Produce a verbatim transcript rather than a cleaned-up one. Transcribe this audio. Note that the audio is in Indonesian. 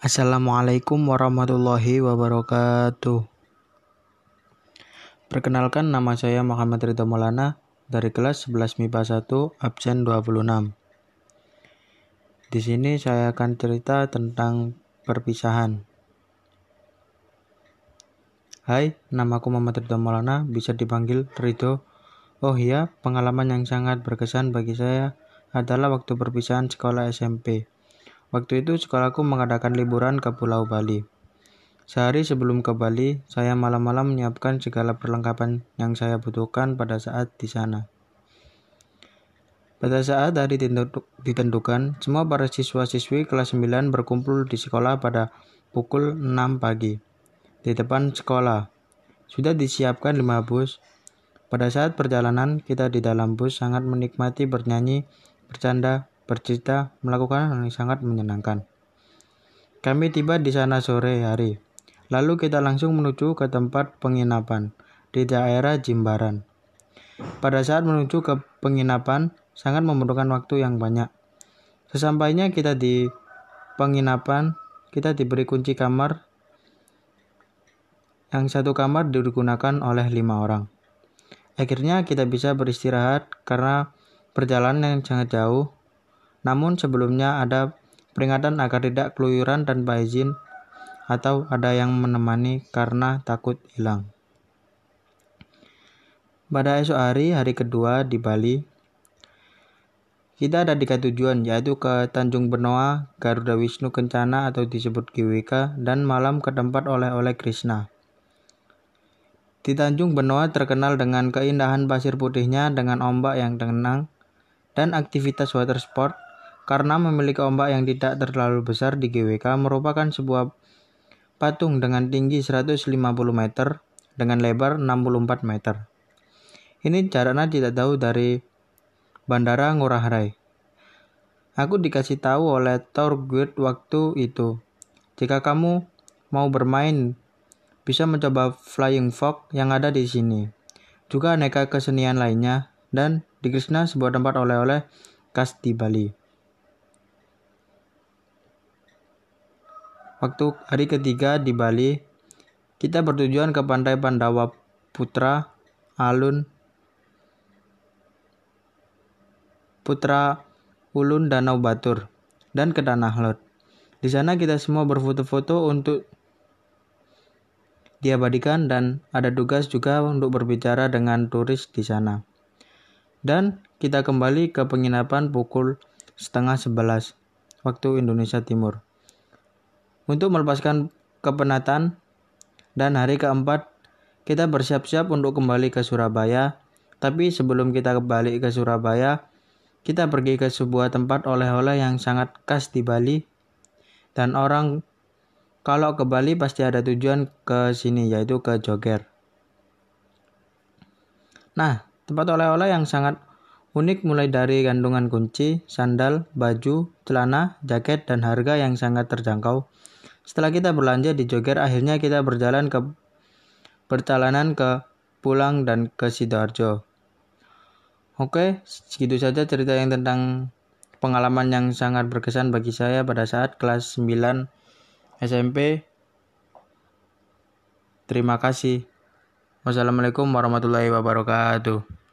Assalamualaikum warahmatullahi wabarakatuh. Perkenalkan, nama saya Muhammad Ridho Maulana dari kelas sebelas M I P A satu absen dua puluh enam. Di sini saya akan cerita tentang perpisahan. Hai, namaku Muhammad Ridho Maulana, bisa dipanggil Ridho. Oh iya, pengalaman yang sangat berkesan bagi saya adalah waktu perpisahan sekolah S M P. Waktu itu sekolahku mengadakan liburan ke Pulau Bali. Sehari sebelum ke Bali, saya malam-malam menyiapkan segala perlengkapan yang saya butuhkan pada saat di sana. Pada saat hari ditentukan, semua para siswa-siswi kelas sembilan berkumpul di sekolah pada pukul enam pagi. Di depan sekolah, sudah disiapkan lima bus. Pada saat perjalanan, kita di dalam bus sangat menikmati bernyanyi, bercanda, bercerita, melakukan hal yang sangat menyenangkan. Kami tiba di sana sore hari. Lalu kita langsung menuju ke tempat penginapan di daerah Jimbaran. Pada saat menuju ke penginapan, sangat membutuhkan waktu yang banyak. Sesampainya kita di penginapan, kita diberi kunci kamar. Yang satu kamar digunakan oleh lima orang. Akhirnya kita bisa beristirahat karena perjalanan yang sangat jauh. Namun sebelumnya ada peringatan agar tidak keluyuran tanpa izin atau ada yang menemani karena takut hilang. Pada esok hari, hari kedua di Bali, kita ada tiga tujuan, yaitu ke Tanjung Benoa, Garuda Wisnu Kencana atau disebut G W K, dan malam ke tempat oleh-oleh Krishna. Di Tanjung Benoa terkenal dengan keindahan pasir putihnya dengan ombak yang tenang dan aktivitas water sport. Karena memiliki ombak yang tidak terlalu besar, di G W K merupakan sebuah patung dengan tinggi seratus lima puluh meter dengan lebar enam puluh empat meter. Ini jaraknya tidak jauh dari Bandara Ngurah Rai. Aku dikasih tahu oleh tour guide waktu itu, jika kamu mau bermain, bisa mencoba flying fox yang ada di sini. Juga aneka kesenian lainnya, dan di Krishna sebuah tempat oleh-oleh khas di Bali. Waktu hari ketiga di Bali, kita bertujuan ke Pantai Pandawa Putra, Alun, Putra Ulun, Danau Batur, dan ke Tanah Lot. Di sana kita semua berfoto-foto untuk diabadikan dan ada tugas juga untuk berbicara dengan turis di sana. Dan kita kembali ke penginapan pukul setengah sebelas waktu Indonesia Timur. Untuk melepaskan kepenatan, dan hari keempat kita bersiap-siap untuk kembali ke Surabaya. Tapi sebelum kita kembali ke Surabaya, kita pergi ke sebuah tempat oleh-oleh yang sangat khas di Bali. Dan orang kalau ke Bali pasti ada tujuan ke sini, yaitu ke Joger. Nah, tempat oleh-oleh yang sangat unik mulai dari gantungan kunci, sandal, baju, celana, jaket, dan harga yang sangat terjangkau. Setelah kita belanja di Joger, akhirnya kita berjalan ke perjalanan ke pulang dan ke Sidoarjo. Oke, segitu saja cerita yang tentang pengalaman yang sangat berkesan bagi saya pada saat kelas sembilan S M P. Terima kasih. Wassalamualaikum warahmatullahi wabarakatuh.